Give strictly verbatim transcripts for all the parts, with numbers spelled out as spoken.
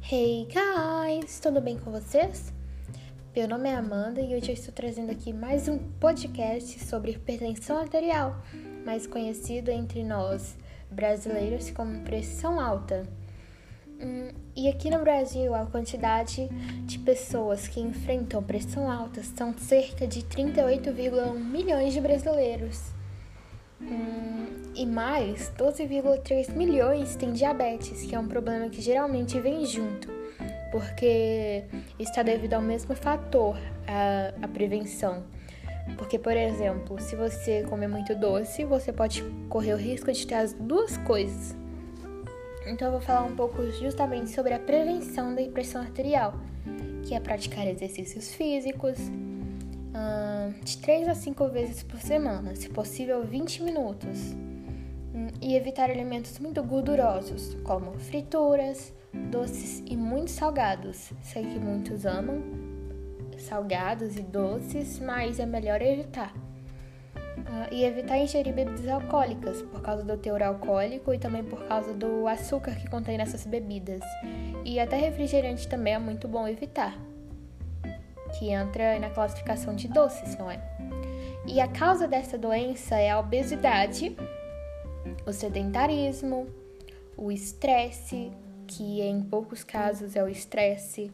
Hey guys, tudo bem com vocês? Meu nome é Amanda e hoje eu estou trazendo aqui mais um podcast sobre hipertensão arterial, mais conhecido entre nós brasileiros como pressão alta. Hum, e aqui no Brasil, a quantidade de pessoas que enfrentam pressão alta são cerca de trinta e oito vírgula um milhões de brasileiros. Hum, e mais, doze vírgula três milhões têm diabetes, que é um problema que geralmente vem junto, porque está devido ao mesmo fator, a, a prevenção. Porque, por exemplo, se você comer muito doce, você pode correr o risco de ter as duas coisas. Então eu vou falar um pouco justamente sobre a prevenção da hipertensão arterial, que é praticar exercícios físicos uh, de três a cinco vezes por semana, se possível vinte minutos, um, e evitar alimentos muito gordurosos, como frituras, doces e muito salgados. Sei que muitos amam salgados e doces, mas é melhor evitar. Uh, e evitar ingerir bebidas alcoólicas, por causa do teor alcoólico e também por causa do açúcar que contém nessas bebidas. E até refrigerante também é muito bom evitar, que entra na classificação de doces, não é? E a causa dessa doença é a obesidade, o sedentarismo, o estresse, que em poucos casos é o estresse,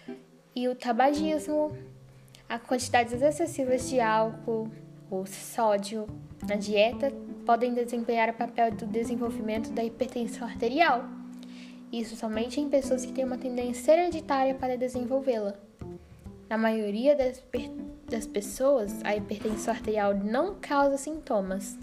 e o tabagismo, a quantidades excessivas de álcool, o sódio na dieta podem desempenhar o papel do desenvolvimento da hipertensão arterial. Isso somente em pessoas que têm uma tendência hereditária para desenvolvê-la. Na maioria das, das pessoas, a hipertensão arterial não causa sintomas.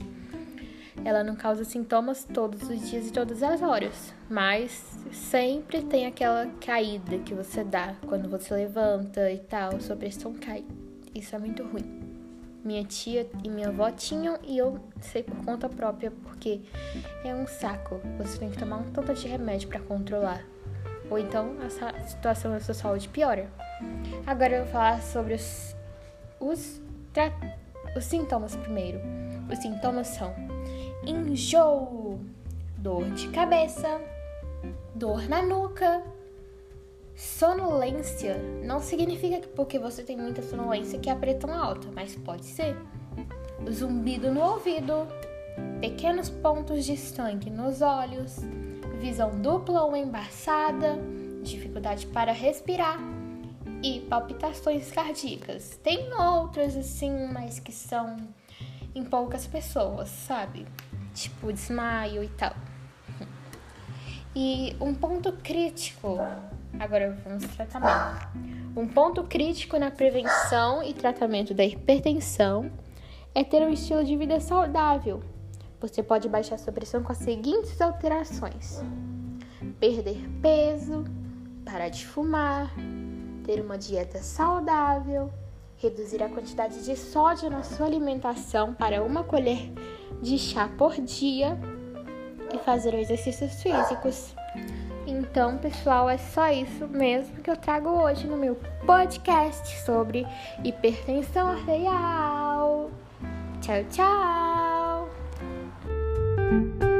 Ela não causa sintomas todos os dias e todas as horas, mas sempre tem aquela caída que você dá quando você levanta e tal, sua pressão cai. Isso é muito ruim. Minha tia e minha avó tinham e eu sei por conta própria, porque é um saco. Você tem que tomar um tanto de remédio para controlar. Ou então a situação da sua saúde piora. Agora eu vou falar sobre os, os, tra- os sintomas primeiro. Os sintomas são enjoo, dor de cabeça, dor na nuca. Sonolência não significa que porque você tem muita sonolência que é a pressão alta, mas pode ser. Zumbido no ouvido, pequenos pontos de sangue nos olhos, visão dupla ou embaçada, dificuldade para respirar e palpitações cardíacas. Tem outras assim, mas que são em poucas pessoas, sabe? Tipo desmaio e tal. E um ponto crítico, agora vamos ao tratamento. Um ponto crítico na prevenção e tratamento da hipertensão é ter um estilo de vida saudável. Você pode baixar sua pressão com as seguintes alterações: perder peso, parar de fumar, ter uma dieta saudável, reduzir a quantidade de sódio na sua alimentação para uma colher de chá por dia e fazer exercícios físicos. Então, pessoal, é só isso mesmo que eu trago hoje no meu podcast sobre hipertensão arterial. Tchau, tchau!